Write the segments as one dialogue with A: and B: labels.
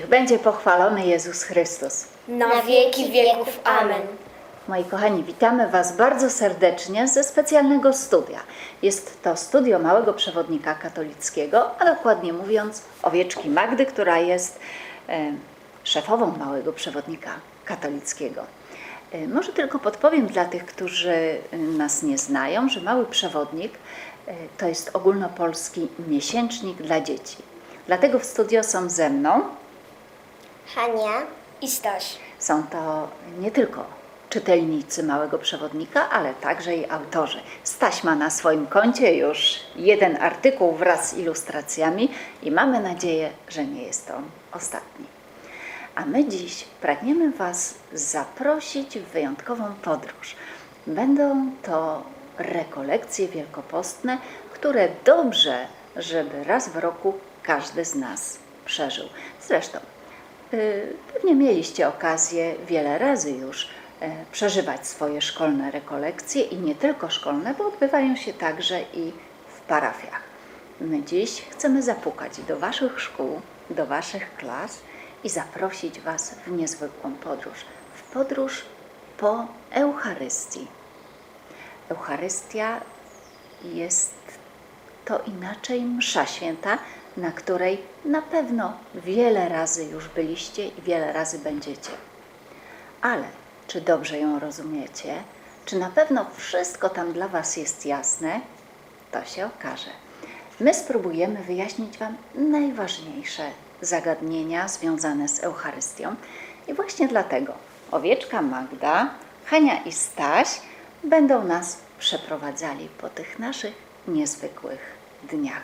A: Niech będzie pochwalony Jezus Chrystus.
B: Na wieki wieków. Amen.
A: Moi kochani, witamy Was bardzo serdecznie ze specjalnego studia. Jest to studio Małego Przewodnika Katolickiego, a dokładnie mówiąc Owieczki Magdy, która jest szefową Małego Przewodnika Katolickiego. Może tylko podpowiem dla tych, którzy nas nie znają, że Mały Przewodnik to jest ogólnopolski miesięcznik dla dzieci. Dlatego w studio są ze mną
B: Hania i Staś.
A: Są to nie tylko czytelnicy Małego Przewodnika, ale także i autorzy. Staś ma na swoim koncie już jeden artykuł wraz z ilustracjami i mamy nadzieję, że nie jest on ostatni. A my dziś pragniemy Was zaprosić w wyjątkową podróż. Będą to rekolekcje wielkopostne, które dobrze, żeby raz w roku każdy z nas przeżył. Zresztą pewnie mieliście okazję wiele razy już przeżywać swoje szkolne rekolekcje i nie tylko szkolne, bo odbywają się także i w parafiach. My dziś chcemy zapukać do Waszych szkół, do Waszych klas i zaprosić Was w niezwykłą podróż. W podróż po Eucharystii. Eucharystia jest to inaczej msza święta, na której na pewno wiele razy już byliście i wiele razy będziecie. Ale czy dobrze ją rozumiecie? Czy na pewno wszystko tam dla Was jest jasne? To się okaże. My spróbujemy wyjaśnić Wam najważniejsze zagadnienia związane z Eucharystią i właśnie dlatego Owieczka Magda, Hania i Staś będą nas przeprowadzali po tych naszych niezwykłych dniach.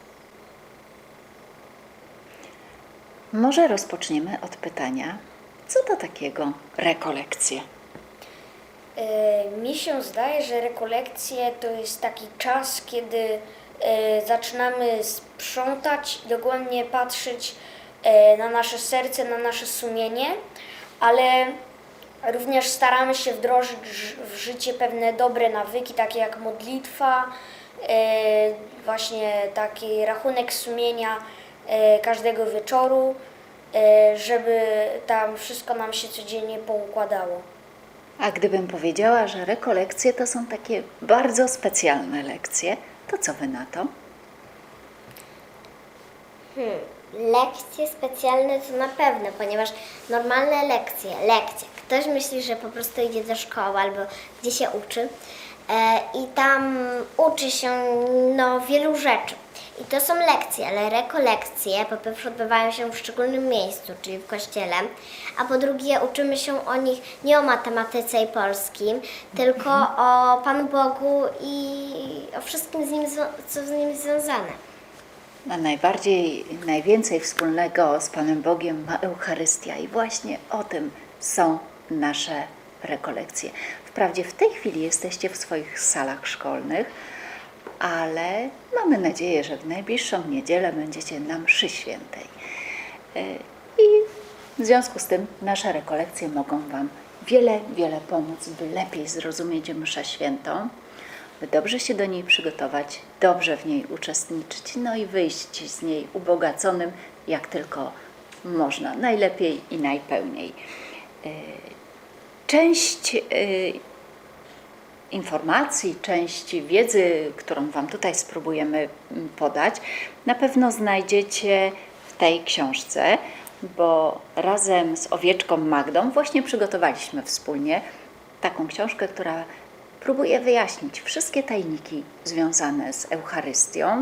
A: Może rozpoczniemy od pytania, co to takiego rekolekcje?
B: Mi się zdaje, że rekolekcje to jest taki czas, kiedy zaczynamy sprzątać, dogłębnie patrzeć na nasze serce, na nasze sumienie, ale również staramy się wdrożyć w życie pewne dobre nawyki, takie jak modlitwa, właśnie taki rachunek sumienia każdego wieczoru, żeby tam wszystko nam się codziennie poukładało.
A: A gdybym powiedziała, że rekolekcje to są takie bardzo specjalne lekcje, to co Wy na to?
C: Lekcje specjalne to na pewno, ponieważ normalne lekcje. Ktoś myśli, że po prostu idzie do szkoły albo gdzie się uczy i tam uczy się wielu rzeczy. I to są lekcje, ale rekolekcje po pierwsze odbywają się w szczególnym miejscu, czyli w kościele, a po drugie uczymy się o nich nie o matematyce i polskim, tylko o Panu Bogu i o wszystkim co z nim związane.
A: A najwięcej wspólnego z Panem Bogiem ma Eucharystia i właśnie o tym są nasze rekolekcje. Wprawdzie w tej chwili jesteście w swoich salach szkolnych, ale mamy nadzieję, że w najbliższą niedzielę będziecie na mszy świętej. I w związku z tym nasze rekolekcje mogą Wam wiele pomóc, by lepiej zrozumieć mszę świętą, by dobrze się do niej przygotować, dobrze w niej uczestniczyć, i wyjść z niej ubogaconym, jak tylko można, najlepiej i najpełniej. Część informacji, część wiedzy, którą Wam tutaj spróbujemy podać, na pewno znajdziecie w tej książce, bo razem z Owieczką Magdą właśnie przygotowaliśmy wspólnie taką książkę, która próbuje wyjaśnić wszystkie tajniki związane z Eucharystią.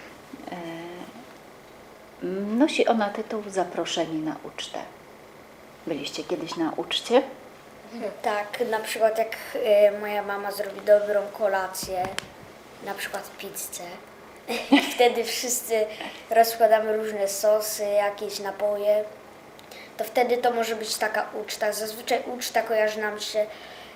A: Nosi ona tytuł Zaproszeni na ucztę. Byliście kiedyś na uczcie?
B: Tak, na przykład jak moja mama zrobi dobrą kolację, na przykład pizzę, i wtedy wszyscy rozkładamy różne sosy, jakieś napoje, to wtedy to może być taka uczta. Zazwyczaj uczta kojarzy nam się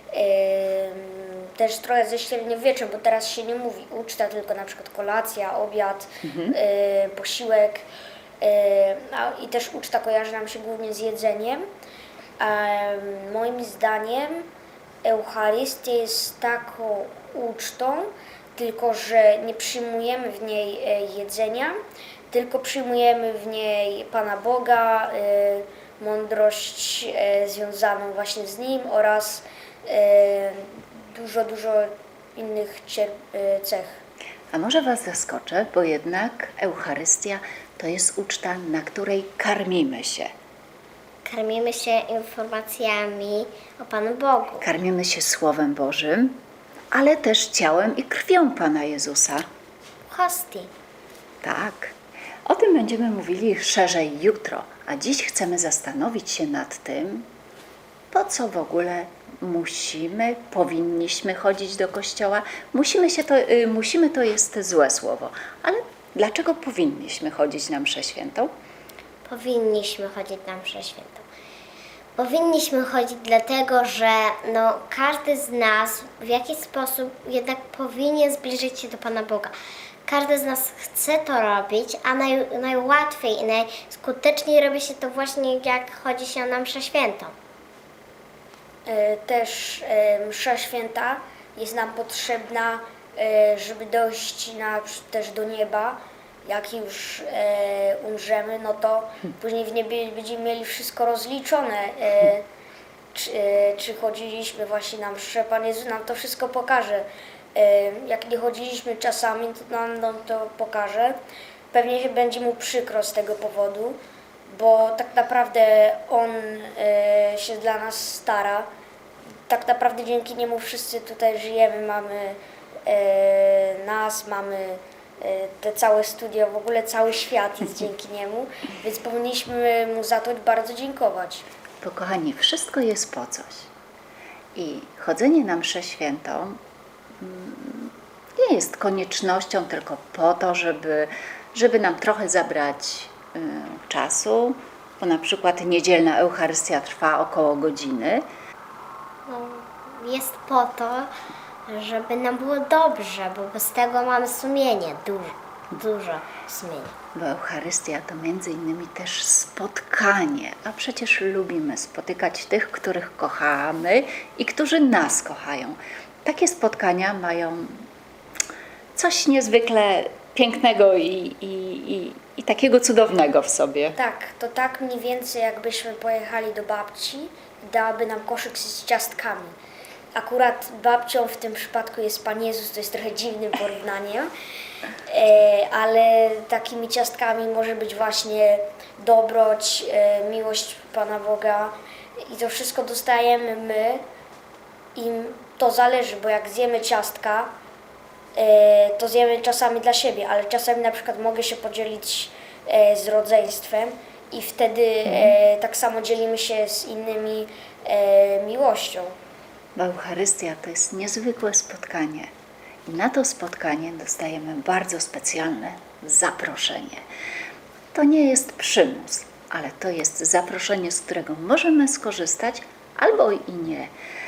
B: też trochę ze średniowieczem, bo teraz się nie mówi uczta, tylko na przykład kolacja, obiad, posiłek. I też uczta kojarzy nam się głównie z jedzeniem. Moim zdaniem Eucharystia jest taką ucztą, tylko że nie przyjmujemy w niej jedzenia, tylko przyjmujemy w niej Pana Boga, mądrość związaną właśnie z Nim oraz dużo innych cech.
A: A może Was zaskoczę, bo jednak Eucharystia to jest uczta, na której karmimy się.
C: Karmimy się informacjami o Panu Bogu.
A: Karmimy się Słowem Bożym, ale też ciałem i krwią Pana Jezusa.
C: Hostii.
A: Tak. O tym będziemy mówili szerzej jutro, a dziś chcemy zastanowić się nad tym, po co w ogóle powinniśmy chodzić do kościoła. Musimy to jest złe słowo, ale dlaczego powinniśmy chodzić na mszę świętą?
C: Powinniśmy chodzić na mszę świętą. Powinniśmy chodzić dlatego, że każdy z nas w jakiś sposób jednak powinien zbliżyć się do Pana Boga. Każdy z nas chce to robić, a najłatwiej i najskuteczniej robi się to właśnie jak chodzi się na mszę świętą.
B: Też msza święta jest nam potrzebna, żeby dojść też do nieba. Jak już umrzemy, no to później w niebie będziemy mieli wszystko rozliczone. Czy chodziliśmy właśnie na mszę, Pan Jezus nam to wszystko pokaże. Jak nie chodziliśmy czasami, to nam to pokaże. Pewnie będzie mu przykro z tego powodu, bo tak naprawdę On się dla nas stara. Tak naprawdę dzięki Niemu wszyscy tutaj żyjemy, mamy mamy te całe studio, w ogóle cały świat jest dzięki Niemu, więc powinniśmy Mu za to bardzo dziękować.
A: Bo kochani, wszystko jest po coś. I chodzenie na mszę świętą nie jest koniecznością tylko po to, żeby nam trochę zabrać czasu, bo na przykład niedzielna Eucharystia trwa około godziny.
C: Jest po to, żeby nam było dobrze, bo bez tego mamy sumienie, dużo sumienia.
A: Bo Eucharystia to między innymi też spotkanie, a przecież lubimy spotykać tych, których kochamy i którzy nas kochają. Takie spotkania mają coś niezwykle pięknego i takiego cudownego w sobie.
B: Tak, to tak mniej więcej jakbyśmy pojechali do babci i dałaby nam koszyk z ciastkami. Akurat babcią w tym przypadku jest Pan Jezus, to jest trochę dziwnym porównaniem, ale takimi ciastkami może być właśnie dobroć, miłość Pana Boga i to wszystko dostajemy my i to zależy, bo jak zjemy ciastka, to zjemy czasami dla siebie, ale czasami na przykład mogę się podzielić z rodzeństwem i wtedy tak samo dzielimy się z innymi miłością.
A: Bo Eucharystia to jest niezwykłe spotkanie i na to spotkanie dostajemy bardzo specjalne zaproszenie. To nie jest przymus, ale to jest zaproszenie, z którego możemy skorzystać albo i nie.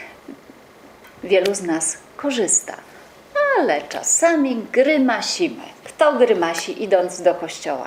A: Wielu z nas korzysta, ale czasami grymasimy. Kto grymasi idąc do kościoła?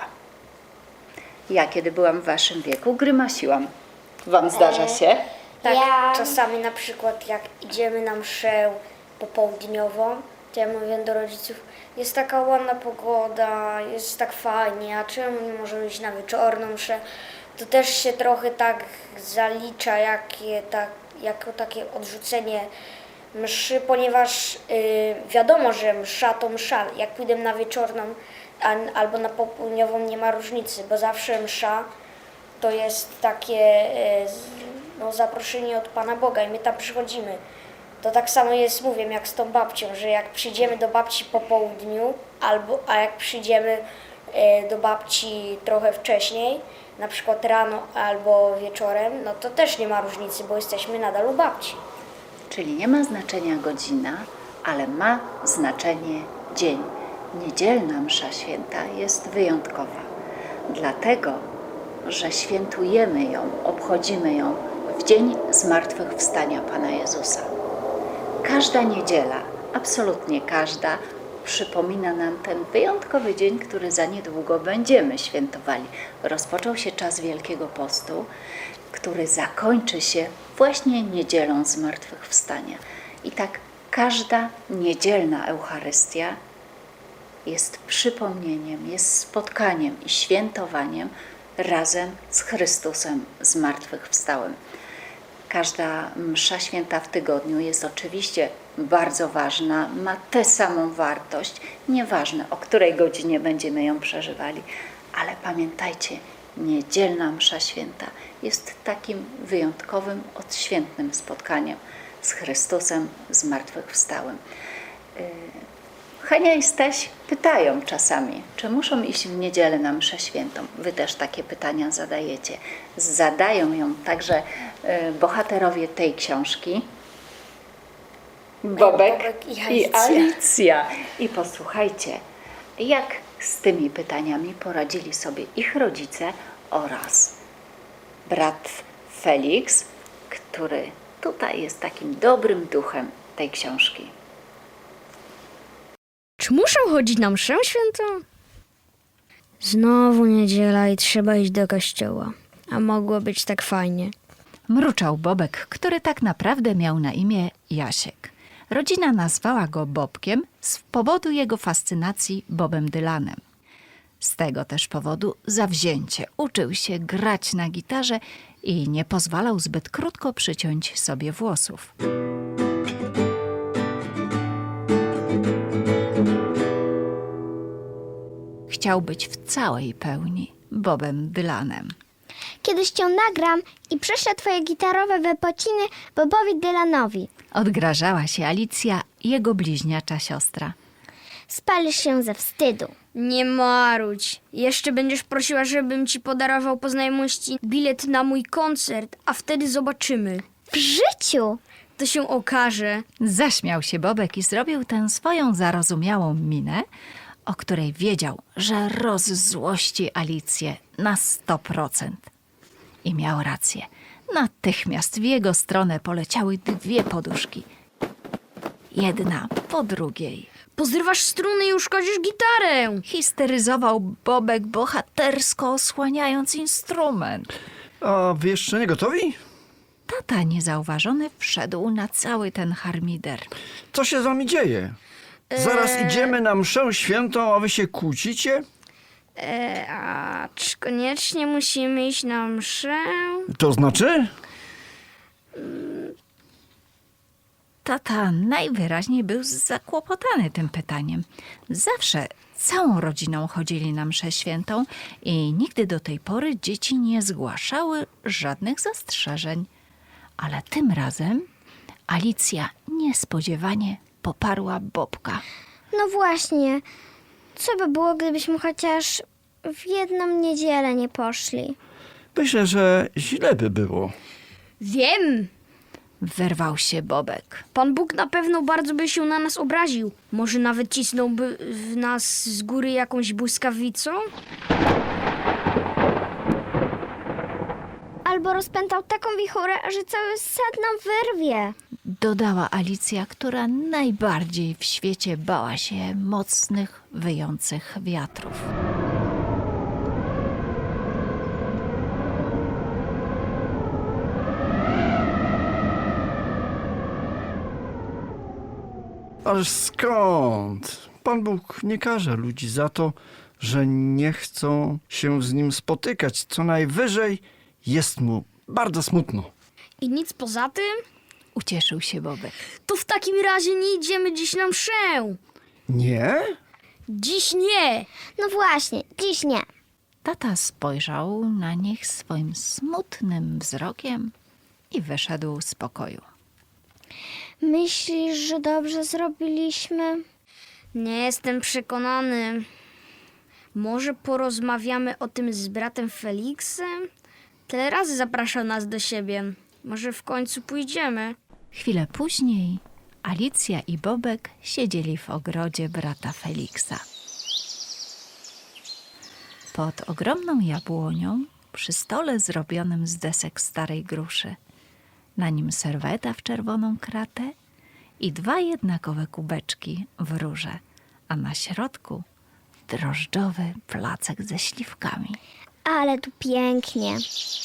A: Ja, kiedy byłam w waszym wieku, grymasiłam. Wam zdarza się?
B: Tak,
C: Ja-
B: czasami na przykład jak idziemy na mszę popołudniową, to ja mówię do rodziców, jest taka ładna pogoda, jest tak fajnie, a czemu nie możemy iść na wieczorną mszę? To też się trochę tak zalicza jako takie odrzucenie mszy, ponieważ wiadomo, że msza to msza. Jak pójdę na wieczorną albo na popołudniową, nie ma różnicy, bo zawsze msza to jest takie zaproszenie od Pana Boga i my tam przychodzimy. To tak samo jest, mówię, jak z tą babcią, że jak przyjdziemy do babci po południu, a jak przyjdziemy do babci trochę wcześniej, na przykład rano albo wieczorem, no to też nie ma różnicy, bo jesteśmy nadal u babci.
A: Czyli nie ma znaczenia godzina, ale ma znaczenie dzień. Niedzielna msza święta jest wyjątkowa, dlatego, że świętujemy ją, obchodzimy ją w dzień zmartwychwstania Pana Jezusa. Każda niedziela, absolutnie każda, przypomina nam ten wyjątkowy dzień, który za niedługo będziemy świętowali. Rozpoczął się czas Wielkiego Postu, który zakończy się właśnie niedzielą zmartwychwstania. I tak każda niedzielna Eucharystia jest przypomnieniem, jest spotkaniem i świętowaniem razem z Chrystusem zmartwychwstałym. Każda msza święta w tygodniu jest oczywiście bardzo ważna, ma tę samą wartość, nieważne o której godzinie będziemy ją przeżywali, ale pamiętajcie, niedzielna msza święta jest takim wyjątkowym, odświętnym spotkaniem z Chrystusem zmartwychwstałym. Hania i Staś pytają czasami, czy muszą iść w niedzielę na mszę świętą. Wy też takie pytania zadajecie. Zadają ją także bohaterowie tej książki, Bobek i Alicja. I posłuchajcie, jak z tymi pytaniami poradzili sobie ich rodzice oraz brat Felix, który tutaj jest takim dobrym duchem tej książki.
D: Czy muszę chodzić na mszę świętą? Znowu niedziela i trzeba iść do kościoła. A mogło być tak fajnie.
E: Mruczał Bobek, który tak naprawdę miał na imię Jasiek. Rodzina nazwała go Bobkiem z powodu jego fascynacji Bobem Dylanem. Z tego też powodu zawzięcie uczył się grać na gitarze i nie pozwalał zbyt krótko przyciąć sobie włosów. Chciał być w całej pełni Bobem Dylanem.
C: Kiedyś cię nagram i prześlę twoje gitarowe wypociny Bobowi Dylanowi.
E: Odgrażała się Alicja, jego bliźniacza siostra.
C: Spalisz się ze wstydu.
D: Nie marudź. Jeszcze będziesz prosiła, żebym ci podarował po znajomości bilet na mój koncert, a wtedy zobaczymy.
C: W życiu!
D: To się okaże.
E: Zaśmiał się Bobek i zrobił tę swoją zarozumiałą minę, o której wiedział, że rozzłości Alicję na 100%. I miał rację. Natychmiast w jego stronę poleciały 2 poduszki. Jedna po drugiej.
D: Pozrywasz struny i uszkodzisz gitarę.
E: Histeryzował Bobek, bohatersko osłaniając instrument.
F: A wy jeszcze nie gotowi?
E: Tata niezauważony wszedł na cały ten harmider.
F: Co się z wami dzieje? Zaraz idziemy na mszę świętą, a wy się kłócicie?
D: A czy koniecznie musimy iść na mszę?
F: To znaczy?
E: Tata najwyraźniej był zakłopotany tym pytaniem. Zawsze całą rodziną chodzili na mszę świętą i nigdy do tej pory dzieci nie zgłaszały żadnych zastrzeżeń. Ale tym razem Alicja niespodziewanie poparła Bobka.
C: No właśnie. Co by było, gdybyśmy chociaż w jedną niedzielę nie poszli?
F: Myślę, że źle by było.
D: Wiem.
E: Wyrwał się Bobek.
D: Pan Bóg na pewno bardzo by się na nas obraził. Może nawet cisnąłby w nas z góry jakąś błyskawicą?
C: Albo rozpętał taką wichurę, że cały sad nam wyrwie.
E: Dodała Alicja, która najbardziej w świecie bała się mocnych, wyjących wiatrów.
F: Ależ skąd? Pan Bóg nie karze ludzi za to, że nie chcą się z Nim spotykać. Co najwyżej jest Mu bardzo smutno.
D: I nic poza tym?
E: Ucieszył się Bobek.
D: To w takim razie nie idziemy dziś na mszę.
F: Nie?
D: Dziś nie.
C: No właśnie, dziś nie.
E: Tata spojrzał na nich swoim smutnym wzrokiem i wyszedł z pokoju.
C: Myślisz, że dobrze zrobiliśmy?
D: Nie jestem przekonany. Może porozmawiamy o tym z bratem Feliksem? Tyle razy zapraszał nas do siebie. Może w końcu pójdziemy?
E: Chwilę później Alicja i Bobek siedzieli w ogrodzie brata Feliksa. Pod ogromną jabłonią, przy stole zrobionym z desek starej gruszy. Na nim serweta w czerwoną kratę i 2 jednakowe kubeczki w róże, a na środku drożdżowy placek ze śliwkami.
C: Ale tu pięknie.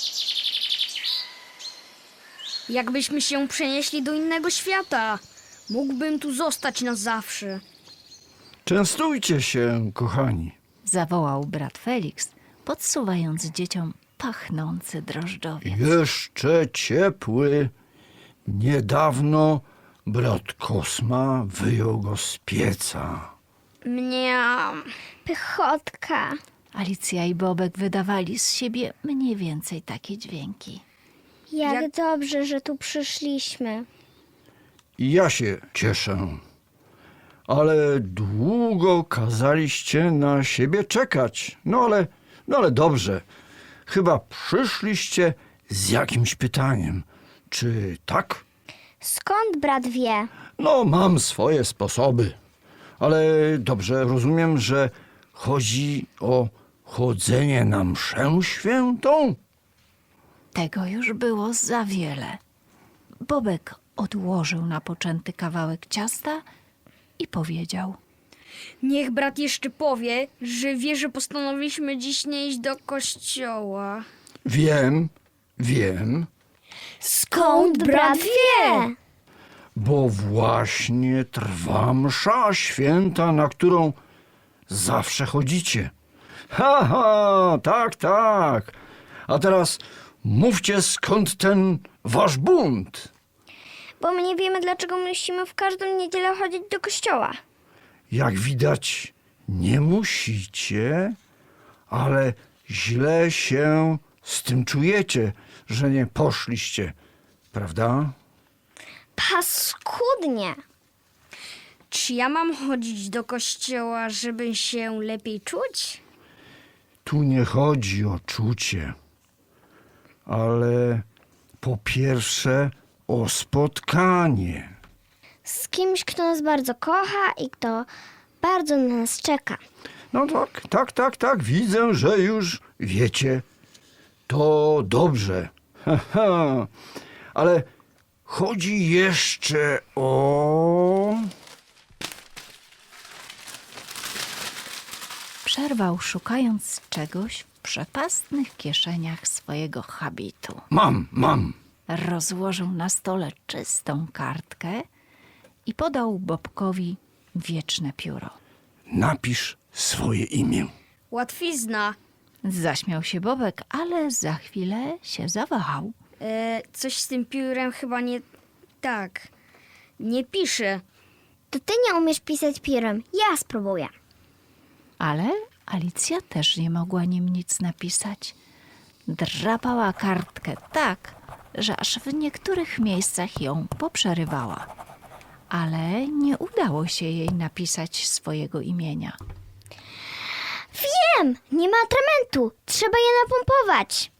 D: Jakbyśmy się przenieśli do innego świata. Mógłbym tu zostać na zawsze.
F: Częstujcie się, kochani.
E: Zawołał brat Felix, podsuwając dzieciom pachnący drożdżowiec.
F: Jeszcze ciepły. Niedawno brat Kosma wyjął go z pieca.
D: Mniam.
C: Pychotka.
E: Alicja i Bobek wydawali z siebie mniej więcej takie dźwięki.
C: Jak dobrze, że tu przyszliśmy.
F: I ja się cieszę. Ale długo kazaliście na siebie czekać. No ale dobrze. Chyba przyszliście z jakimś pytaniem. Czy tak?
C: Skąd brat wie?
F: No, mam swoje sposoby. Ale dobrze rozumiem, że chodzi o chodzenie na mszę świętą?
E: Tego już było za wiele. Bobek odłożył napoczęty kawałek ciasta i powiedział:
D: Niech brat jeszcze powie, że wie, że postanowiliśmy dziś nie iść do kościoła.
F: Wiem,
C: Skąd brat wie?
F: bo właśnie trwa msza święta, na którą zawsze chodzicie. Tak. A teraz mówcie, skąd ten wasz bunt?
C: Bo my nie wiemy, dlaczego musimy w każdą niedzielę chodzić do kościoła.
F: Jak widać, nie musicie, ale źle się z tym czujecie, że nie poszliście, prawda?
C: Paskudnie.
D: Czy ja mam chodzić do kościoła, żeby się lepiej czuć?
F: Tu nie chodzi o czucie, ale po pierwsze o spotkanie.
C: Z kimś, kto nas bardzo kocha i kto bardzo na nas czeka.
F: No tak, widzę, że już wiecie. To dobrze. Ale chodzi jeszcze o...
E: Przerwał, szukając czegoś w przepastnych kieszeniach swojego habitu.
F: Mam.
E: Rozłożył na stole czystą kartkę i podał Bobkowi wieczne pióro.
F: Napisz swoje imię.
D: Łatwizna.
E: Zaśmiał się Bobek, ale za chwilę się zawahał.
D: Coś z tym piórem chyba nie tak. Nie pisze.
C: To ty nie umiesz pisać piórem. Ja spróbuję.
E: Ale Alicja też nie mogła nim nic napisać. Drapała kartkę tak, że aż w niektórych miejscach ją poprzerywała. Ale nie udało się jej napisać swojego imienia.
C: Wiem! Nie ma atramentu. Trzeba je napompować.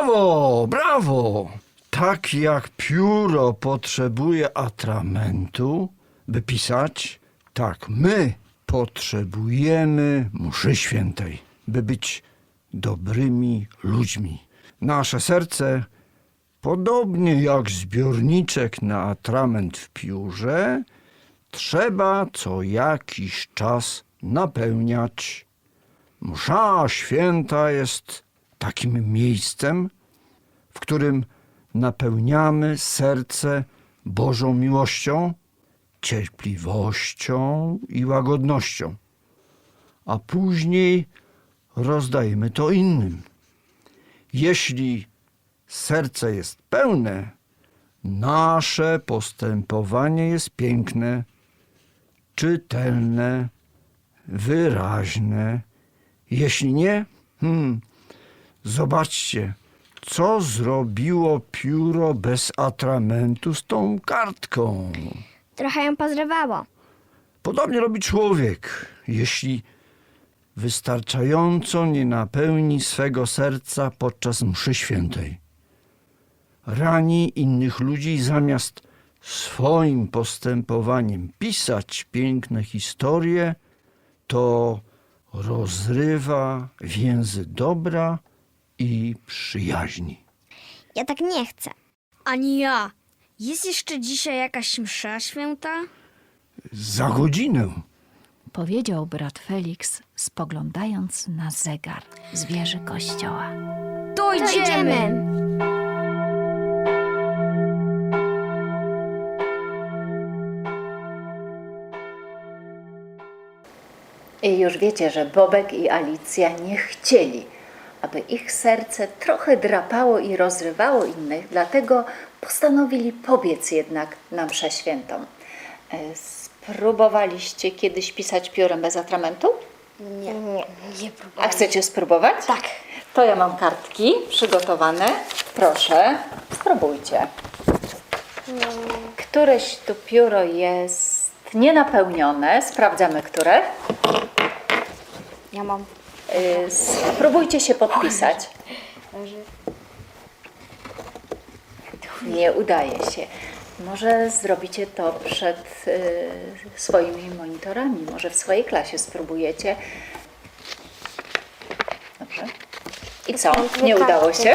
F: Brawo! Tak jak pióro potrzebuje atramentu, by pisać, tak my potrzebujemy mszy świętej, by być dobrymi ludźmi. Nasze serce, podobnie jak zbiorniczek na atrament w piórze, trzeba co jakiś czas napełniać. Msza święta jest takim miejscem, w którym napełniamy serce Bożą miłością, cierpliwością i łagodnością, a później rozdajemy to innym. Jeśli serce jest pełne, nasze postępowanie jest piękne, czytelne, wyraźne. Jeśli nie, zobaczcie, co zrobiło pióro bez atramentu z tą kartką.
C: Trochę ją pozrywało.
F: Podobnie robi człowiek, jeśli wystarczająco nie napełni swego serca podczas mszy świętej. Rani innych ludzi, zamiast swoim postępowaniem pisać piękne historie, to rozrywa więzy dobra i przyjaźni.
C: Ja tak nie chcę.
D: Ani ja. Jest jeszcze dzisiaj jakaś msza święta?
F: Za godzinę.
E: Powiedział brat Felix, spoglądając na zegar z wieży kościoła.
D: To idziemy!
A: I już wiecie, że Bobek i Alicja nie chcieli, aby ich serce trochę drapało i rozrywało innych, dlatego postanowili pobiec jednak na mszę świętą. Spróbowaliście kiedyś pisać piórem bez atramentu?
B: Nie próbuję.
A: A chcecie spróbować?
B: Tak.
A: To ja mam kartki przygotowane. Proszę, spróbujcie. Któreś tu pióro jest nienapełnione. Sprawdzamy, które.
B: Ja mam.
A: Spróbujcie się podpisać. Nie udaje się. Może zrobicie to przed swoimi monitorami. Może w swojej klasie spróbujecie. Dobrze. I co? Nie udało się?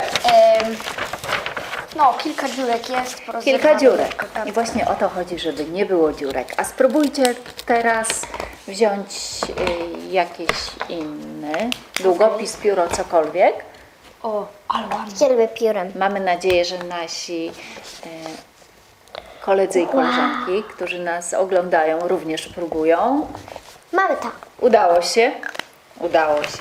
B: No, kilka dziurek jest.
A: Kilka dziurek. I właśnie o to chodzi, żeby nie było dziurek. A spróbujcie teraz wziąć jakiś inny długopis, pióro, cokolwiek.
B: O, ale ładnie.
C: Chcieliby piórem.
A: Mamy nadzieję, że nasi koledzy i koleżanki, którzy nas oglądają, również próbują.
C: Mamy to.
A: Udało się? Udało się.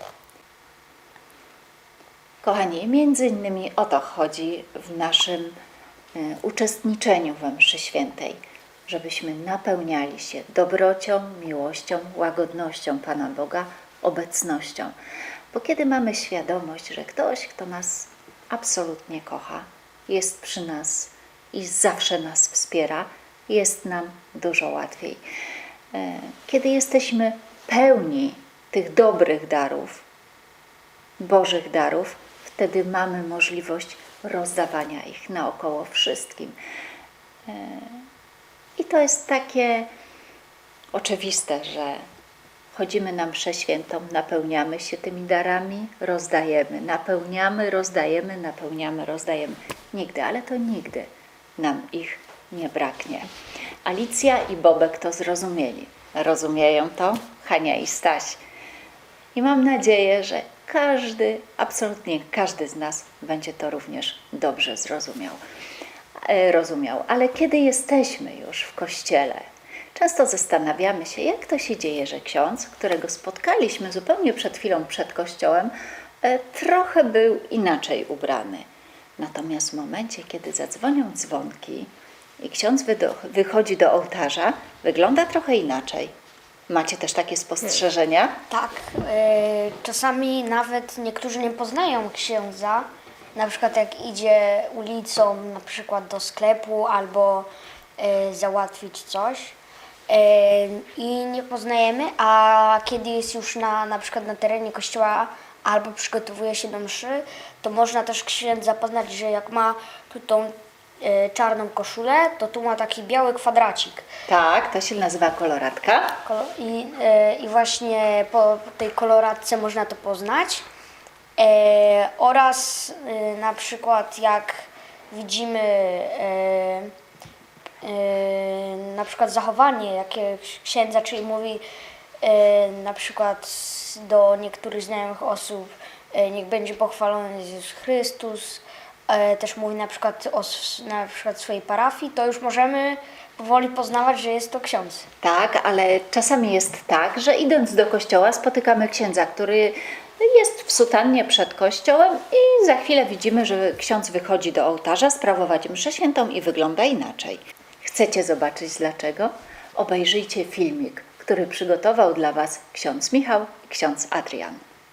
A: Kochani, między innymi o to chodzi w naszym uczestniczeniu we mszy świętej, żebyśmy napełniali się dobrocią, miłością, łagodnością Pana Boga, obecnością. Bo kiedy mamy świadomość, że ktoś, kto nas absolutnie kocha, jest przy nas i zawsze nas wspiera, jest nam dużo łatwiej. Kiedy jesteśmy pełni tych dobrych darów, Bożych darów, wtedy mamy możliwość rozdawania ich naokoło wszystkim. I to jest takie oczywiste, że chodzimy na mszę świętą, napełniamy się tymi darami, rozdajemy, napełniamy, rozdajemy, napełniamy, rozdajemy. Nigdy, ale to nigdy nam ich nie braknie. Alicja i Bobek to zrozumieli. Rozumieją to Hania i Staś. I mam nadzieję, że każdy, absolutnie każdy z nas będzie to również dobrze rozumiał. Ale kiedy jesteśmy już w kościele, często zastanawiamy się, jak to się dzieje, że ksiądz, którego spotkaliśmy zupełnie przed chwilą przed kościołem, trochę był inaczej ubrany. Natomiast w momencie, kiedy zadzwonią dzwonki i ksiądz wychodzi do ołtarza, wygląda trochę inaczej. Macie też takie spostrzeżenia?
B: Tak, czasami nawet niektórzy nie poznają księdza, na przykład jak idzie ulicą na przykład do sklepu albo załatwić coś i nie poznajemy, a kiedy jest już na przykład na terenie kościoła albo przygotowuje się do mszy, to można też księdza poznać, że jak ma tu tą czarną koszulę, to tu ma taki biały kwadracik.
A: Tak, to się nazywa koloratka.
B: I właśnie po tej koloratce można to poznać. Oraz na przykład jak widzimy na przykład zachowanie jakiegoś księdza, czyli mówi na przykład do niektórych znajomych osób niech będzie pochwalony Jezus Chrystus, też mówi na przykład o swojej parafii, to już możemy powoli poznawać, że jest to ksiądz.
A: Tak, ale czasami jest tak, że idąc do kościoła spotykamy księdza, który jest w sutannie przed kościołem i za chwilę widzimy, że ksiądz wychodzi do ołtarza sprawować mszę świętą i wygląda inaczej. Chcecie zobaczyć dlaczego? Obejrzyjcie filmik, który przygotował dla Was ksiądz Michał i ksiądz Adrian.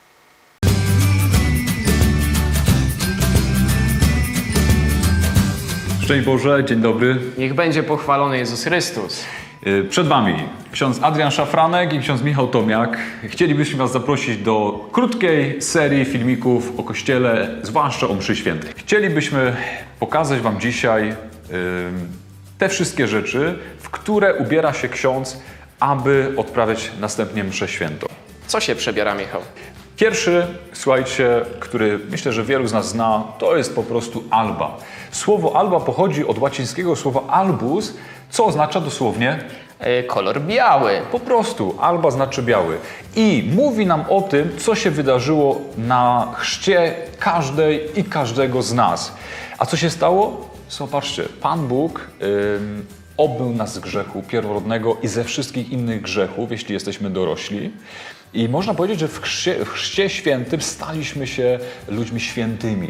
G: Szczęść Boże, dzień dobry.
H: Niech będzie pochwalony Jezus Chrystus.
G: Przed Wami ksiądz Adrian Szafranek i ksiądz Michał Tomiak. Chcielibyśmy Was zaprosić do krótkiej serii filmików o Kościele, zwłaszcza o mszy świętej. Chcielibyśmy pokazać Wam dzisiaj te wszystkie rzeczy, w które ubiera się ksiądz, aby odprawiać następnie mszę świętą.
H: Co się przebiera, Michał?
G: Pierwszy, słuchajcie, który myślę, że wielu z nas zna, to jest po prostu alba. Słowo alba pochodzi od łacińskiego słowa albus, co oznacza dosłownie
H: Kolor biały.
G: po prostu. Alba znaczy biały. I mówi nam o tym, co się wydarzyło na chrzcie każdej i każdego z nas. A co się stało? Zobaczcie, Pan Bóg obmył nas z grzechu pierworodnego i ze wszystkich innych grzechów, jeśli jesteśmy dorośli. I można powiedzieć, że w chrzcie świętym staliśmy się ludźmi świętymi.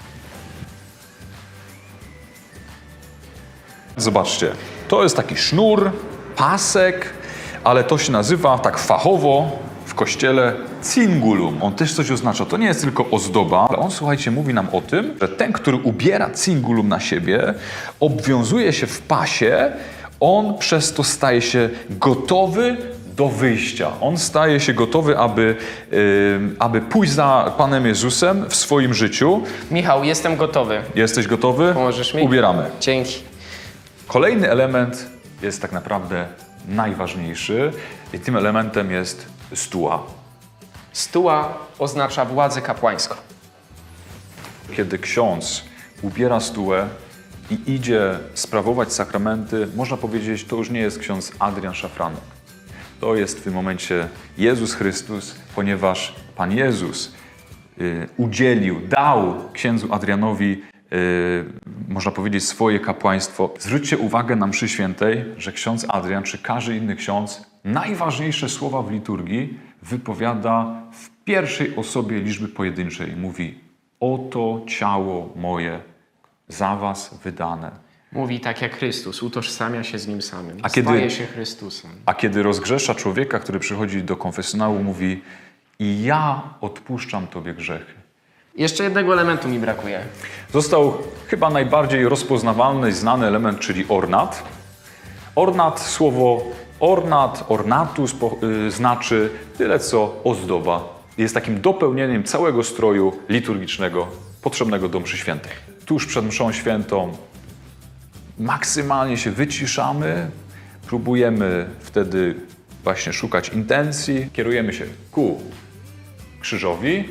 G: Zobaczcie, to jest taki sznur, pasek, ale to się nazywa tak fachowo w kościele cingulum. On też coś oznacza. To nie jest tylko ozdoba, ale on, słuchajcie, mówi nam o tym, że ten, który ubiera cingulum na siebie, obwiązuje się w pasie, on przez to staje się gotowy do wyjścia. On staje się gotowy, aby pójść za Panem Jezusem w swoim życiu.
H: Michał, jestem gotowy.
G: Jesteś gotowy?
H: Pomożesz mi?
G: Ubieramy.
H: Dzięki.
G: Kolejny element jest tak naprawdę najważniejszy i tym elementem jest stuła.
H: Stuła oznacza władzę kapłańską.
G: Kiedy ksiądz ubiera stułę i idzie sprawować sakramenty, można powiedzieć, to już nie jest ksiądz Adrian Szafranek. To jest w tym momencie Jezus Chrystus, ponieważ Pan Jezus dał księdzu Adrianowi, można powiedzieć, swoje kapłaństwo. Zwróćcie uwagę na mszy świętej, że ksiądz Adrian, czy każdy inny ksiądz, najważniejsze słowa w liturgii wypowiada w pierwszej osobie liczby pojedynczej. Mówi: oto ciało moje za was wydane.
H: Mówi tak jak Chrystus, utożsamia się z Nim samym.
G: A kiedy-
H: Staje się Chrystusem.
G: A kiedy rozgrzesza człowieka, który przychodzi do konfesjonału, mówi: i ja odpuszczam tobie grzechy.
H: Jeszcze jednego elementu mi brakuje.
G: Został chyba najbardziej rozpoznawalny i znany element, czyli ornat. Ornat, słowo ornatus znaczy tyle co ozdoba. Jest takim dopełnieniem całego stroju liturgicznego potrzebnego do mszy świętej. Tuż przed mszą świętą maksymalnie się wyciszamy, próbujemy wtedy właśnie szukać intencji, kierujemy się ku krzyżowi,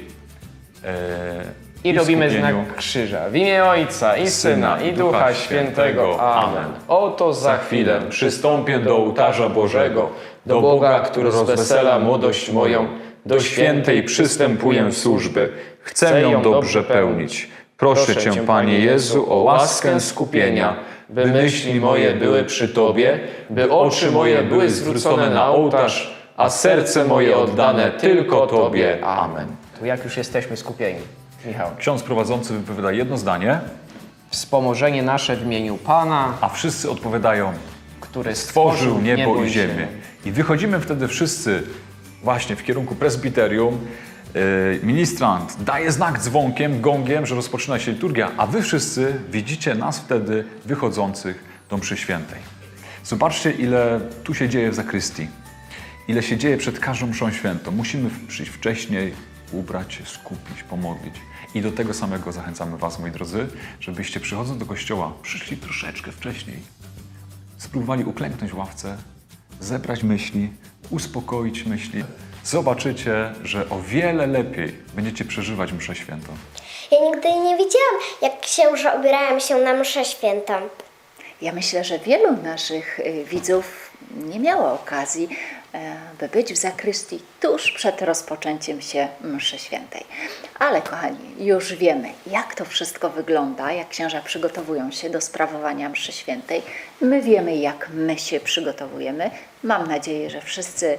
H: I robimy
G: skupieniu.
H: znak krzyża. W imię Ojca i Syna i Ducha Świętego. Amen. Oto za chwilę przystąpię do ołtarza Bożego, do Boga, który rozwesela młodość moją. Do świętej przystępuję służby. Chcę ją dobrze pełnić. Proszę Cię, Panie Jezu, o łaskę skupienia, by myśli moje były przy Tobie, by oczy moje były zwrócone na ołtarz, a serce moje oddane tylko Tobie. Amen. Tu jak już jesteśmy skupieni. Michał.
G: Ksiądz prowadzący wypowiada jedno zdanie,
H: Wspomożenie nasze w imieniu Pana,
G: a wszyscy odpowiadają:
H: który
G: stworzył niebo i ziemię. I wychodzimy wtedy wszyscy właśnie w kierunku prezbiterium. Ministrant daje znak dzwonkiem, gongiem, że rozpoczyna się liturgia, a wy wszyscy widzicie nas wtedy wychodzących do mszy świętej. Zobaczcie, ile tu się dzieje w zakrystii. Ile się dzieje przed każdą mszą świętą. Musimy przyjść wcześniej, ubrać się, skupić, pomodlić. I do tego samego zachęcamy was, moi drodzy, żebyście przychodząc do kościoła przyszli troszeczkę wcześniej. Spróbowali uklęknąć w ławce, zebrać myśli, uspokoić myśli. Zobaczycie, że o wiele lepiej będziecie przeżywać mszę świętą.
C: Ja nigdy nie widziałam, jak księża ubierają się na mszę świętą.
A: Ja myślę, że wielu naszych widzów nie miało okazji, by być w zakrystii tuż przed rozpoczęciem się mszy świętej. Ale kochani, już wiemy, jak to wszystko wygląda, jak księża przygotowują się do sprawowania mszy świętej. My wiemy, jak my się przygotowujemy. Mam nadzieję, że wszyscy,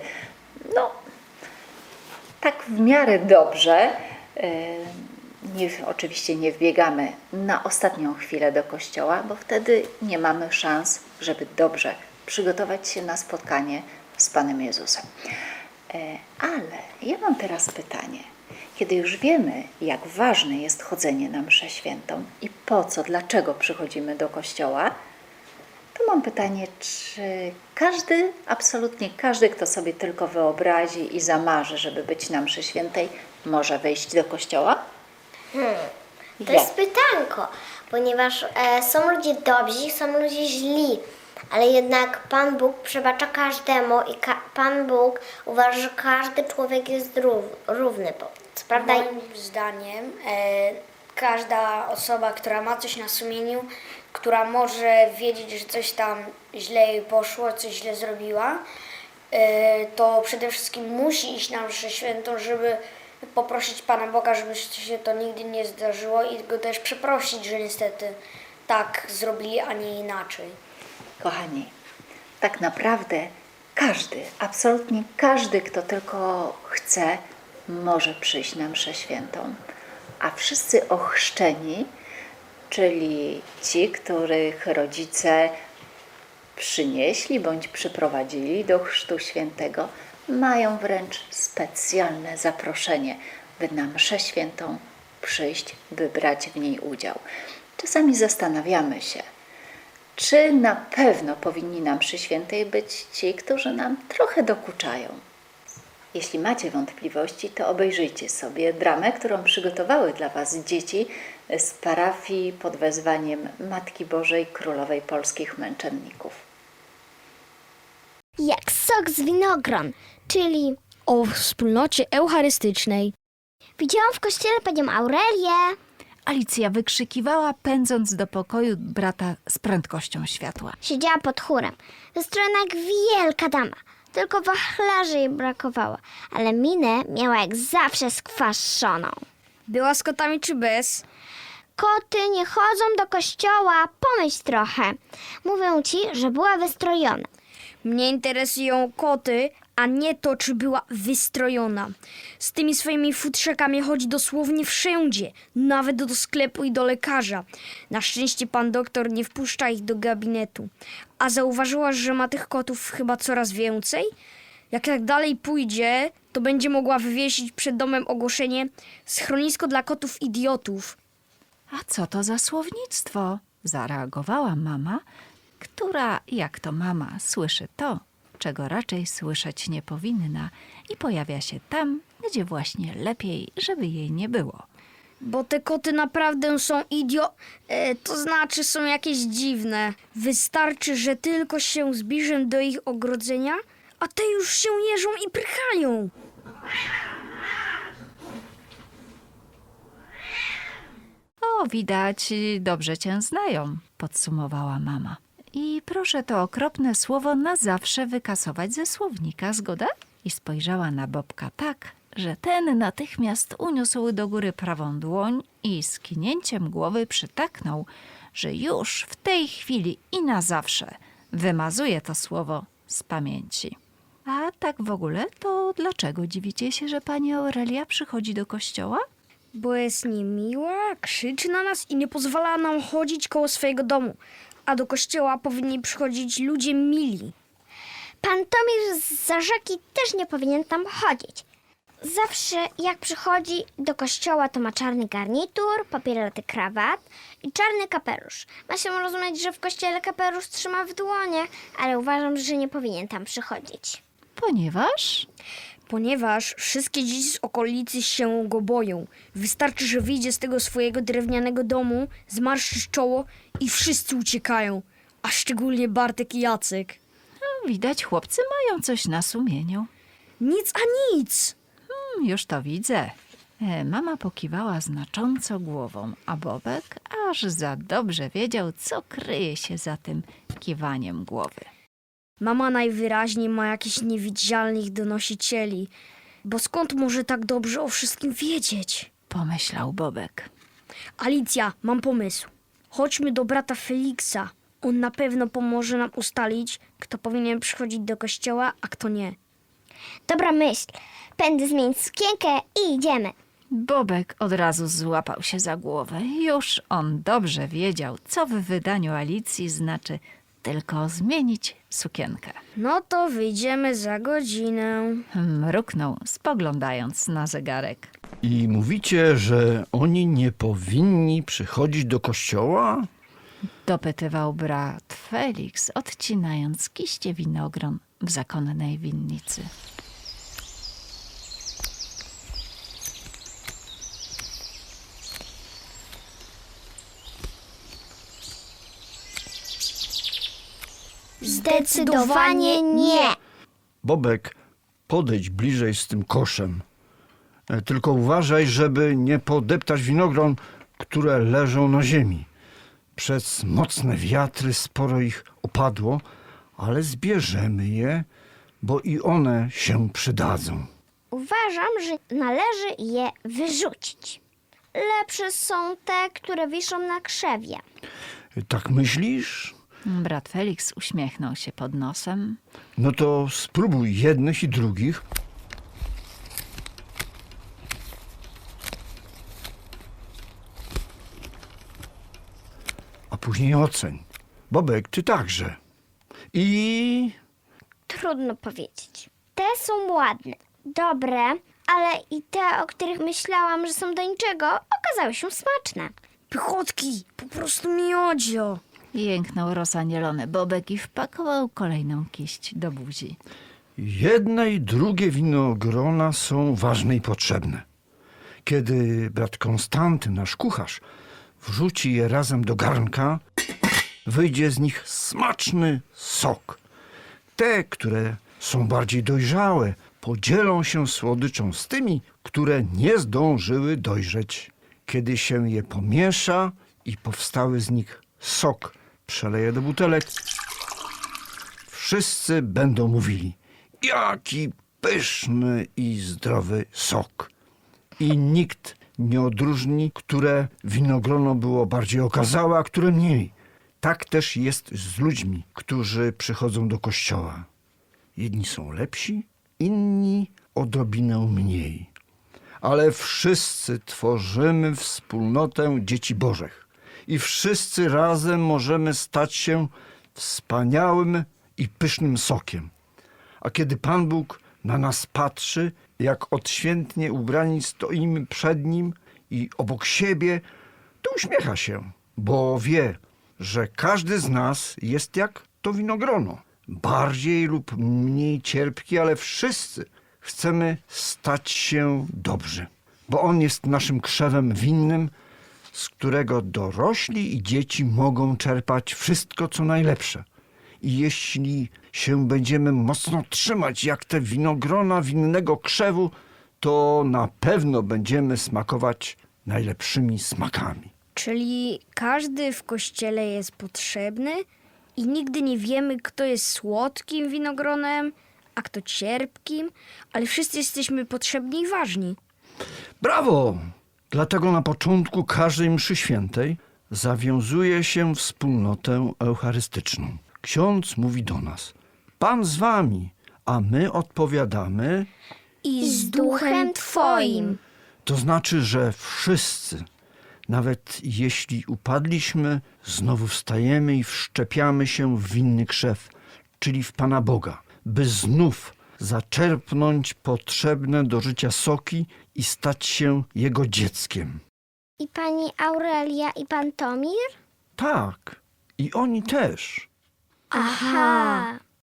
A: tak w miarę dobrze. Oczywiście nie wbiegamy na ostatnią chwilę do kościoła, bo wtedy nie mamy szans, żeby dobrze przygotować się na spotkanie z Panem Jezusem. Ale ja mam teraz pytanie. Kiedy już wiemy, jak ważne jest chodzenie na mszę świętą i po co, dlaczego przychodzimy do kościoła, to mam pytanie, czy absolutnie każdy, kto sobie tylko wyobrazi i zamarzy, żeby być na mszy świętej, może wejść do kościoła?
C: To jest pytanko, ponieważ są ludzie dobrzy, są ludzie źli, ale jednak Pan Bóg przebacza każdemu i Pan Bóg uważa, że każdy człowiek jest równy. Co prawda,
B: Moim zdaniem każda osoba, która ma coś na sumieniu, która może wiedzieć, że coś tam źle jej poszło, coś źle zrobiła, to przede wszystkim musi iść na mszę świętą, żeby poprosić Pana Boga, żeby się to nigdy nie zdarzyło i go też przeprosić, że niestety tak zrobili, a nie inaczej.
A: Kochani, tak naprawdę każdy, absolutnie każdy, kto tylko chce, może przyjść na mszę świętą. A wszyscy ochrzczeni, czyli ci, których rodzice przynieśli bądź przyprowadzili do chrztu świętego, mają wręcz specjalne zaproszenie, by na mszę świętą przyjść, by brać w niej udział. Czasami zastanawiamy się, czy na pewno powinni na mszy świętej być ci, którzy nam trochę dokuczają. Jeśli macie wątpliwości, to obejrzyjcie sobie dramę, którą przygotowały dla Was dzieci z parafii pod wezwaniem Matki Bożej Królowej Polskich Męczenników.
C: Jak sok z winogron, czyli
D: O wspólnocie eucharystycznej.
C: widziałam w kościele panią Aurelię.
E: Alicja wykrzykiwała, pędząc do pokoju brata z prędkością światła.
C: Siedziała pod chórem, wystrojona jak wielka dama. Tylko wachlarzy jej brakowało, ale minę miała jak zawsze skwaszoną.
D: Była z kotami czy bez?
C: Koty nie chodzą do kościoła, pomyśl trochę. Mówią ci, że była wystrojona.
D: Mnie interesują koty, a nie to, czy była wystrojona. Z tymi swoimi futrzakami chodzi dosłownie wszędzie, nawet do sklepu i do lekarza. Na szczęście pan doktor nie wpuszcza ich do gabinetu. A zauważyłaś, że ma tych kotów chyba coraz więcej? Jak tak dalej pójdzie, to będzie mogła wywiesić przed domem ogłoszenie schronisko dla kotów idiotów.
E: A co to za słownictwo? Zareagowała mama, która, jak to mama, słyszy to, czego raczej słyszeć nie powinna i pojawia się tam, gdzie właśnie lepiej, żeby jej nie było.
D: Bo te koty naprawdę są to znaczy są jakieś dziwne. Wystarczy, że tylko się zbliżę do ich ogrodzenia, a te już się jeżą i prychają.
E: O, widać, dobrze cię znają, podsumowała mama. I proszę to okropne słowo na zawsze wykasować ze słownika, zgoda? I spojrzała na Bobka tak, że ten natychmiast uniósł do góry prawą dłoń i z kinięciem głowy przytaknął, że już w tej chwili i na zawsze wymazuje to słowo z pamięci. A tak w ogóle, to dlaczego dziwicie się, że pani Aurelia przychodzi do kościoła?
D: Bo jest niemiła, krzyczy na nas i nie pozwala nam chodzić koło swojego domu. A do kościoła powinni przychodzić ludzie mili.
C: Pan Tomir z Zarzeki też nie powinien tam chodzić. Zawsze jak przychodzi do kościoła, to ma czarny garnitur, papierowy krawat i czarny kapelusz. Ma się rozumieć, że w kościele kapelusz trzyma w dłoniach, ale uważam, że nie powinien tam przychodzić.
D: Ponieważ wszystkie dzieci z okolicy się go boją. Wystarczy, że wyjdzie z tego swojego drewnianego domu, zmarszczy czoło i wszyscy uciekają. A szczególnie Bartek i Jacek.
E: No, widać, chłopcy mają coś na sumieniu.
D: Nic a nic.
E: Już to widzę. Mama pokiwała znacząco głową, a Bobek aż za dobrze wiedział, co kryje się za tym kiwaniem głowy.
D: Mama najwyraźniej ma jakichś niewidzialnych donosicieli. Bo skąd może tak dobrze o wszystkim wiedzieć?
E: Pomyślał Bobek.
D: Alicja, mam pomysł. Chodźmy do brata Feliksa. On na pewno pomoże nam ustalić, kto powinien przychodzić do kościoła, a kto nie.
C: Dobra myśl. Pędzę zmienić sukienkę i idziemy.
E: Bobek od razu złapał się za głowę. Już on dobrze wiedział, co w wydaniu Alicji znaczy tylko zmienić sukienkę.
D: No to wyjdziemy za godzinę.
E: Mruknął, spoglądając na zegarek.
F: I mówicie, że oni nie powinni przychodzić do kościoła?
E: Dopytywał brat Felix, odcinając kiście winogron w zakonnej winnicy.
C: Zdecydowanie nie.
F: Bobek, podejdź bliżej z tym koszem. Tylko uważaj, żeby nie podeptać winogron, które leżą na ziemi. Przez mocne wiatry sporo ich opadło, ale zbierzemy je, bo i one się przydadzą.
C: Uważam, że należy je wyrzucić. Lepsze są te, które wiszą na krzewie.
F: Tak myślisz?
E: Brat Felix uśmiechnął się pod nosem.
F: No to spróbuj jednych i drugich. A później oceń. Bobek, ty także. I
C: Trudno powiedzieć. Te są ładne, dobre, ale i te, o których myślałam, że są do niczego, okazały się smaczne.
D: Pychotki, po prostu miodzio.
E: Jęknął rozanielony Bobek i wpakował kolejną kiść do buzi.
F: jedne i drugie winogrona są ważne i potrzebne. Kiedy brat Konstanty, nasz kucharz, wrzuci je razem do garnka, wyjdzie z nich smaczny sok. Te, które są bardziej dojrzałe, podzielą się słodyczą z tymi, które nie zdążyły dojrzeć. Kiedy się je pomiesza i powstały z nich sok przeleje do butelek, wszyscy będą mówili: jaki pyszny i zdrowy sok. I nikt nie odróżni, które winogrono było bardziej okazałe, a które mniej. Tak też jest z ludźmi, którzy przychodzą do kościoła. Jedni są lepsi, inni odrobinę mniej. Ale wszyscy tworzymy wspólnotę dzieci Bożych. I wszyscy razem możemy stać się wspaniałym i pysznym sokiem. A kiedy Pan Bóg na nas patrzy, jak odświętnie ubrani stoimy przed Nim i obok siebie, to uśmiecha się, bo wie, że każdy z nas jest jak to winogrono. Bardziej lub mniej cierpki, ale wszyscy chcemy stać się dobrzy, bo On jest naszym krzewem winnym, z którego dorośli i dzieci mogą czerpać wszystko, co najlepsze. I jeśli się będziemy mocno trzymać jak te winogrona winnego krzewu, to na pewno będziemy smakować najlepszymi smakami.
D: Czyli każdy w kościele jest potrzebny i nigdy nie wiemy, kto jest słodkim winogronem, a kto cierpkim, ale wszyscy jesteśmy potrzebni i ważni.
F: Brawo! Dlatego na początku każdej mszy świętej zawiązuje się wspólnotę eucharystyczną. Ksiądz mówi do nas: Pan z wami, a my odpowiadamy.
D: I z duchem Twoim.
F: To znaczy, że wszyscy, nawet jeśli upadliśmy, znowu wstajemy i wszczepiamy się w winny krzew, czyli w Pana Boga, by znów zaczerpnąć potrzebne do życia soki i stać się Jego dzieckiem.
C: I pani Aurelia i pan Tomir?
F: Tak, i oni też.
C: Aha.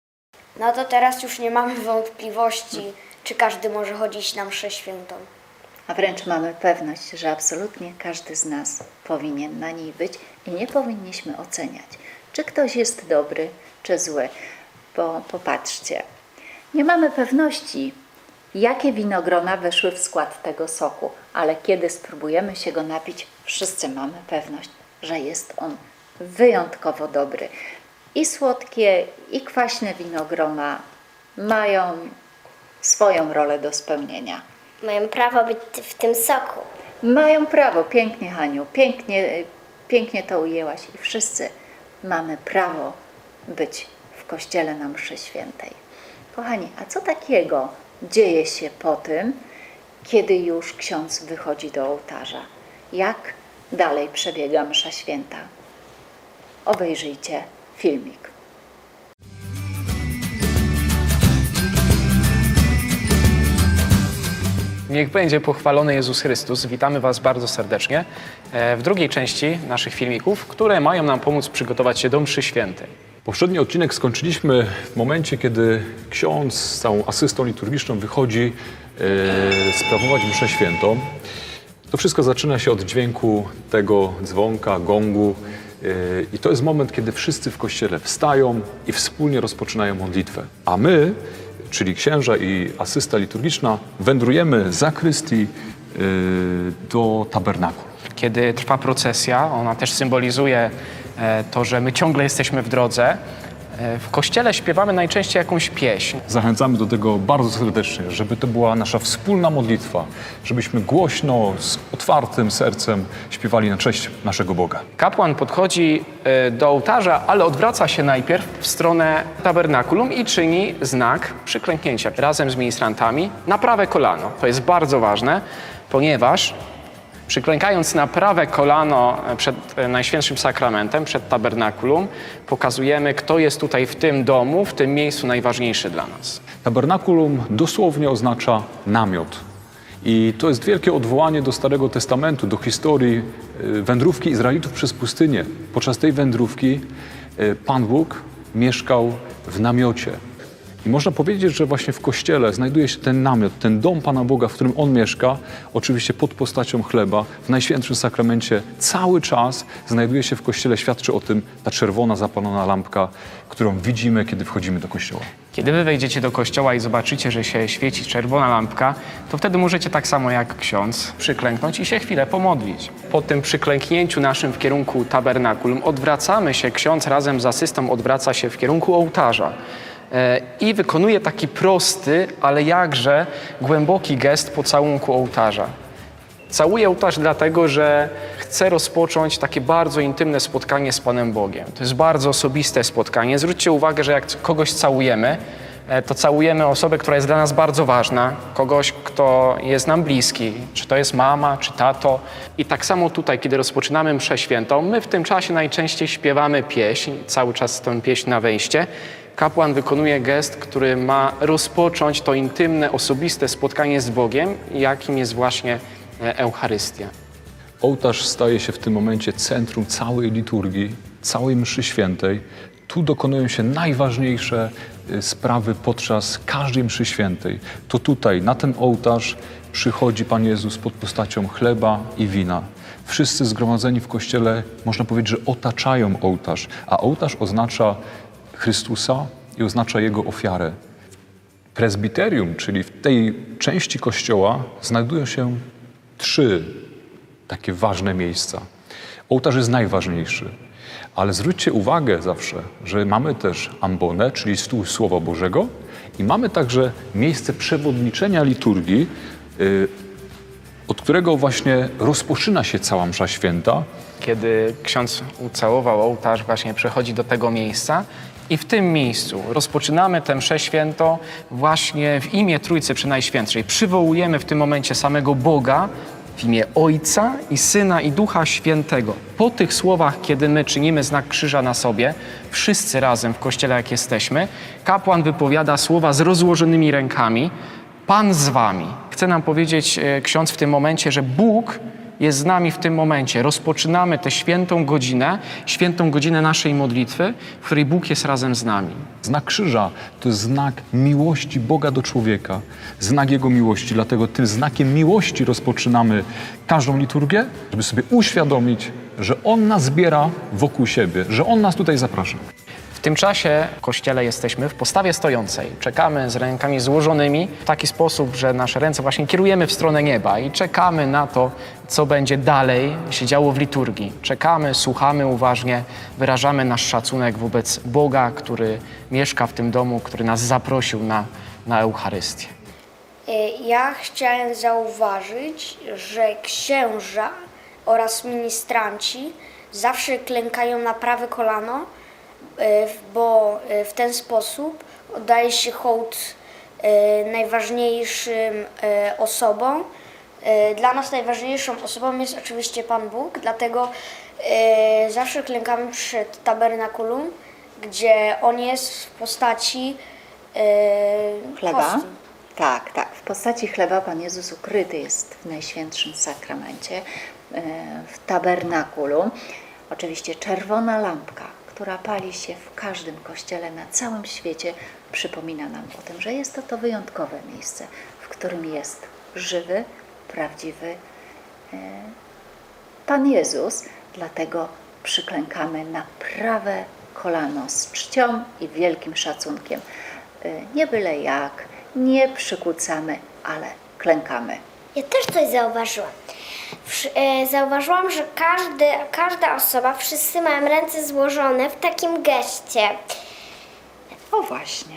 B: No to teraz już nie mamy wątpliwości, czy każdy może chodzić na mszę świętą.
A: A wręcz mamy pewność, że absolutnie każdy z nas powinien na niej być i nie powinniśmy oceniać, czy ktoś jest dobry, czy zły. Bo popatrzcie, nie mamy pewności, jakie winogrona weszły w skład tego soku, ale kiedy spróbujemy się go napić, wszyscy mamy pewność, że jest on wyjątkowo dobry. I słodkie, i kwaśne winogrona mają swoją rolę do spełnienia.
C: Mają prawo być w tym soku.
A: Mają prawo, pięknie Haniu, pięknie to ujęłaś i wszyscy mamy prawo być w kościele na mszy świętej. Kochani, a co takiego dzieje się po tym, kiedy już ksiądz wychodzi do ołtarza? Jak dalej przebiega msza święta? Obejrzyjcie filmik.
H: Niech będzie pochwalony Jezus Chrystus. Witamy Was bardzo serdecznie w drugiej części naszych filmików, które mają nam pomóc przygotować się do mszy świętej.
G: Poprzedni odcinek skończyliśmy w momencie, kiedy ksiądz z całą asystą liturgiczną wychodzi sprawować mszę świętą. To wszystko zaczyna się od dźwięku tego dzwonka, gongu i to jest moment, kiedy wszyscy w kościele wstają i wspólnie rozpoczynają modlitwę. A my, czyli księża i asysta liturgiczna, wędrujemy z zakrystii do tabernaku.
H: Kiedy trwa procesja, ona też symbolizuje to, że my ciągle jesteśmy w drodze, W kościele śpiewamy najczęściej jakąś pieśń.
G: Zachęcamy do tego bardzo serdecznie, żeby to była nasza wspólna modlitwa, żebyśmy głośno, z otwartym sercem śpiewali na cześć naszego Boga.
H: Kapłan podchodzi do ołtarza, ale odwraca się najpierw w stronę tabernakulum i czyni znak przyklęknięcia razem z ministrantami na prawe kolano. To jest bardzo ważne, ponieważ przyklękając na prawe kolano przed Najświętszym Sakramentem, przed tabernakulum, pokazujemy, kto jest tutaj w tym domu, w tym miejscu najważniejszy dla nas.
G: Tabernakulum dosłownie oznacza namiot. I to jest wielkie odwołanie do Starego Testamentu, do historii wędrówki Izraelitów przez pustynię. Podczas tej wędrówki Pan Bóg mieszkał w namiocie. I można powiedzieć, że właśnie w Kościele znajduje się ten namiot, ten dom Pana Boga, w którym On mieszka, oczywiście pod postacią chleba, w Najświętszym Sakramencie cały czas znajduje się w Kościele, świadczy o tym ta czerwona zapalona lampka, którą widzimy, kiedy wchodzimy do Kościoła.
H: Kiedy wy wejdziecie do kościoła i zobaczycie, że się świeci czerwona lampka, to wtedy możecie tak samo jak ksiądz przyklęknąć i się chwilę pomodlić. Po tym przyklęknięciu naszym w kierunku tabernakulum odwracamy się, ksiądz razem z asystą odwraca się w kierunku ołtarza i wykonuje taki prosty, ale jakże głęboki gest pocałunku ołtarza. Całuję ołtarz dlatego, że chcę rozpocząć takie bardzo intymne spotkanie z Panem Bogiem. To jest bardzo osobiste spotkanie. Zwróćcie uwagę, że jak kogoś całujemy, to całujemy osobę, która jest dla nas bardzo ważna, kogoś, kto jest nam bliski, czy to jest mama, czy tato. I tak samo tutaj, kiedy rozpoczynamy mszę świętą, my w tym czasie najczęściej śpiewamy pieśń, cały czas tę pieśń na wejście. Kapłan wykonuje gest, który ma rozpocząć to intymne, osobiste spotkanie z Bogiem, jakim jest właśnie Eucharystia.
G: Ołtarz staje się w tym momencie centrum całej liturgii, całej mszy świętej. Tu dokonują się najważniejsze sprawy podczas każdej mszy świętej. To tutaj, na ten ołtarz przychodzi Pan Jezus pod postacią chleba i wina. Wszyscy zgromadzeni w Kościele, można powiedzieć, że otaczają ołtarz, a ołtarz oznacza Chrystusa i oznacza Jego ofiarę. Prezbiterium, czyli w tej części Kościoła, znajdują się 3 takie ważne miejsca. Ołtarz jest najważniejszy, ale zwróćcie uwagę zawsze, że mamy też ambonę, czyli stół Słowa Bożego i mamy także miejsce przewodniczenia liturgii, od którego właśnie rozpoczyna się cała msza święta.
H: Kiedy ksiądz ucałował ołtarz, właśnie przechodzi do tego miejsca i w tym miejscu rozpoczynamy tę mszę świętą właśnie w imię Trójcy Przenajświętszej. Przywołujemy w tym momencie samego Boga w imię Ojca i Syna i Ducha Świętego. Po tych słowach, kiedy my czynimy znak krzyża na sobie, wszyscy razem w kościele jak jesteśmy, kapłan wypowiada słowa z rozłożonymi rękami. Pan z wami. Chce nam powiedzieć ksiądz w tym momencie, że Bóg jest z nami w tym momencie. Rozpoczynamy tę świętą godzinę naszej modlitwy, w której Bóg jest razem z nami.
G: Znak krzyża to jest znak miłości Boga do człowieka, znak Jego miłości. Dlatego tym znakiem miłości rozpoczynamy każdą liturgię, żeby sobie uświadomić, że On nas zbiera wokół siebie, że On nas tutaj zaprasza.
H: W tym czasie w kościele jesteśmy w postawie stojącej. Czekamy z rękami złożonymi w taki sposób, że nasze ręce właśnie kierujemy w stronę nieba i czekamy na to, co będzie dalej się działo w liturgii. Czekamy, słuchamy uważnie, wyrażamy nasz szacunek wobec Boga, który mieszka w tym domu, który nas zaprosił na Eucharystię.
B: Ja chciałem zauważyć, że księża oraz ministranci zawsze klękają na prawe kolano, bo w ten sposób oddaje się hołd najważniejszym osobom. Dla nas najważniejszą osobą jest oczywiście Pan Bóg, dlatego zawsze klękamy przed tabernakulum, gdzie On jest w postaci
A: Chleba?
B: hostii.
A: Tak, tak. W postaci chleba Pan Jezus ukryty jest w Najświętszym Sakramencie, w tabernakulum. Oczywiście czerwona lampka, która pali się w każdym kościele na całym świecie, przypomina nam o tym, że jest to wyjątkowe miejsce, w którym jest żywy, prawdziwy Pan Jezus. Dlatego przyklękamy na prawe kolano z czcią i wielkim szacunkiem. Nie byle jak, nie przykucamy, ale klękamy.
C: Ja też coś zauważyłam. Zauważyłam, że każda osoba, wszyscy mają ręce złożone w takim geście.
A: właśnie.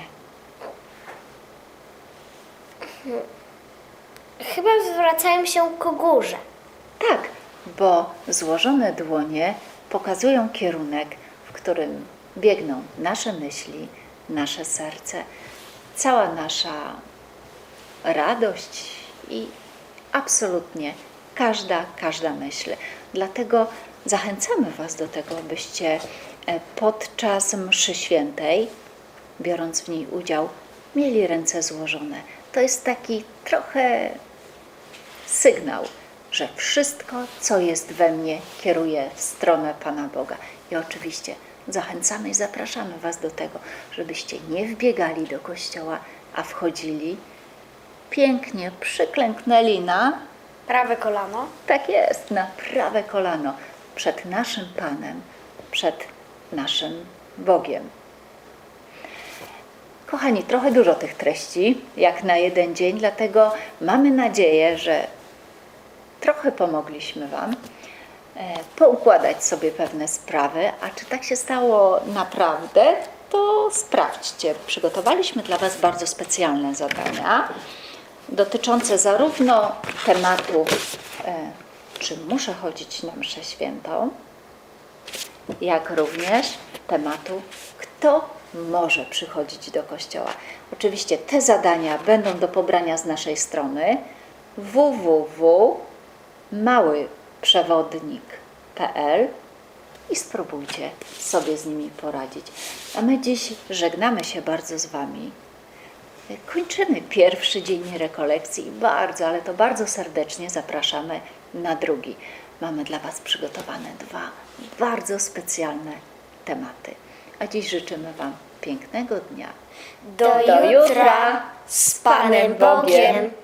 C: Chyba zwracają się ku górze.
A: Tak, bo złożone dłonie pokazują kierunek, w którym biegną nasze myśli, nasze serce, cała nasza radość i absolutnie każda myśl. Dlatego zachęcamy Was do tego, abyście podczas mszy świętej, biorąc w niej udział, mieli ręce złożone. To jest taki trochę sygnał, że wszystko, co jest we mnie, kieruje w stronę Pana Boga. I oczywiście zachęcamy i zapraszamy Was do tego, żebyście nie wbiegali do kościoła, a wchodzili, pięknie przyklęknęli na,
B: Prawe kolano.
A: tak jest, na prawe kolano przed naszym Panem, przed naszym Bogiem. Kochani, trochę dużo tych treści, jak na jeden dzień, dlatego mamy nadzieję, że trochę pomogliśmy Wam poukładać sobie pewne sprawy, a czy tak się stało naprawdę, to sprawdźcie. Przygotowaliśmy dla Was bardzo specjalne zadania dotyczące zarówno tematu, czy muszę chodzić na mszę świętą, jak również tematu, kto może przychodzić do kościoła. Oczywiście te zadania będą do pobrania z naszej strony www.małyprzewodnik.pl i spróbujcie sobie z nimi poradzić. A my dziś żegnamy się bardzo z Wami. Kończymy pierwszy dzień rekolekcji i bardzo, ale to bardzo serdecznie zapraszamy na drugi. Mamy dla Was przygotowane 2 bardzo specjalne tematy. A dziś życzymy Wam pięknego dnia.
B: Do jutra z Panem Bogiem.